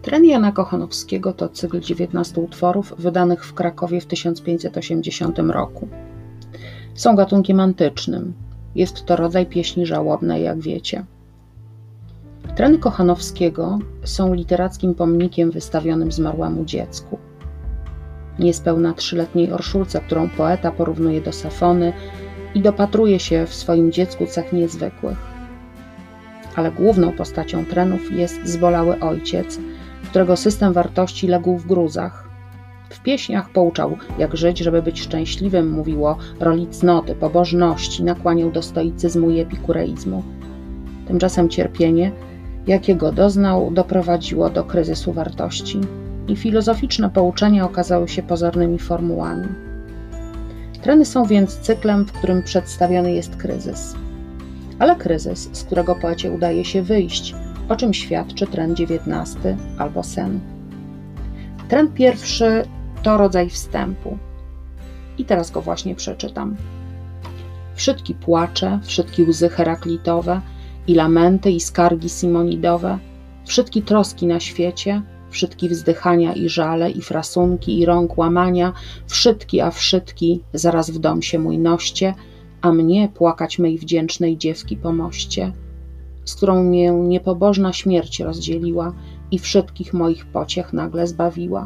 Tren Jana Kochanowskiego to cykl 19 utworów wydanych w Krakowie w 1580 roku. Są gatunkiem antycznym. Jest to rodzaj pieśni żałobnej, jak wiecie. Treny Kochanowskiego są literackim pomnikiem wystawionym zmarłemu dziecku. Niespełna 3-letniej Orszulce, którą poeta porównuje do Safony i dopatruje się w swoim dziecku cech niezwykłych. Ale główną postacią trenów jest zbolały ojciec, którego system wartości legł w gruzach. W pieśniach pouczał, jak żyć, żeby być szczęśliwym, mówił o roli cnoty, pobożności, nakłaniał do stoicyzmu i epikureizmu. Tymczasem cierpienie, jakiego doznał, doprowadziło do kryzysu wartości i filozoficzne pouczenia okazały się pozornymi formułami. Treny są więc cyklem, w którym przedstawiony jest kryzys. Ale kryzys, z którego poecie udaje się wyjść, o czym świadczy tren 19 albo sen. Tren pierwszy to rodzaj wstępu. I teraz go właśnie przeczytam. Wszystkie płacze, wszystkie łzy heraklitowe, i lamenty, i skargi simonidowe, wszystkie troski na świecie, wszystkie wzdychania i żale, i frasunki, i rąk łamania, wszystki zaraz w dom się mój noście, a mnie płakać mej wdzięcznej dziewki po moście, z którą mię niepobożna śmierć rozdzieliła i wszystkich moich pociech nagle zbawiła.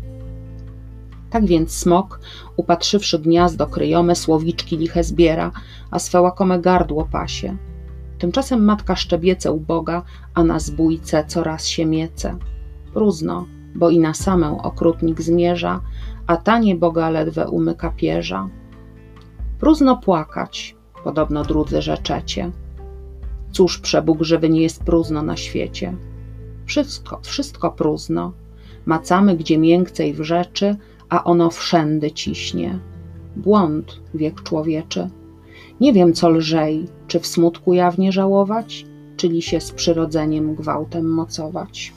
Tak więc smok, upatrzywszy gniazdo kryjome, słowiczki liche zbiera, a swe łakome gardło pasie. Tymczasem matka szczebiece uboga, a na zbójce coraz się miece. Próżno, bo i na samę okrutnik zmierza, a ta nieboga ledwe umyka pierza. Próżno płakać, podobno drudzy rzeczecie. Cóż przebóg żywy nie jest próżno na świecie. Wszystko próżno. Macamy gdzie miękcej w rzeczy, a ono wszędy ciśnie. Błąd, wiek człowieczy. Nie wiem, co lżej, czy w smutku jawnie żałować, czyli się z przyrodzeniem gwałtem mocować.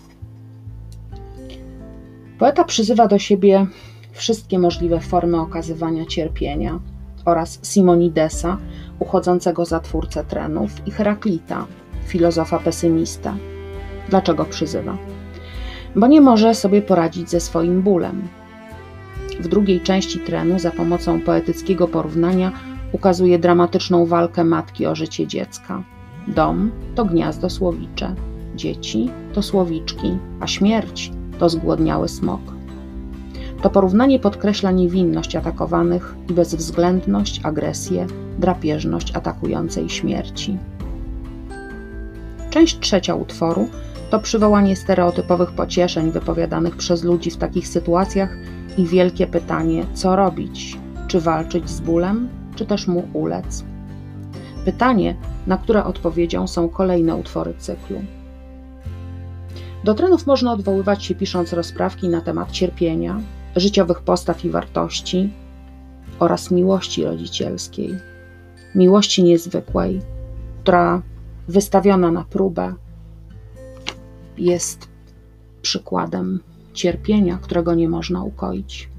Poeta przyzywa do siebie wszystkie możliwe formy okazywania cierpienia oraz Simonidesa, uchodzącego za twórcę trenów, i Heraklita, filozofa pesymista. Dlaczego przyzywa? Bo nie może sobie poradzić ze swoim bólem. W drugiej części trenu za pomocą poetyckiego porównania ukazuje dramatyczną walkę matki o życie dziecka. Dom to gniazdo słowicze, dzieci to słowiczki, a śmierć to zgłodniały smok. To porównanie podkreśla niewinność atakowanych i bezwzględność, agresję, drapieżność atakującej śmierci. Część trzecia utworu to przywołanie stereotypowych pocieszeń wypowiadanych przez ludzi w takich sytuacjach i wielkie pytanie, co robić? Czy walczyć z bólem, czy też mu ulec? Pytanie, na które odpowiedzią są kolejne utwory cyklu. Do trenów można odwoływać się pisząc rozprawki na temat cierpienia, życiowych postaw i wartości oraz miłości rodzicielskiej. Miłości niezwykłej, która wystawiona na próbę jest przykładem cierpienia, którego nie można ukoić.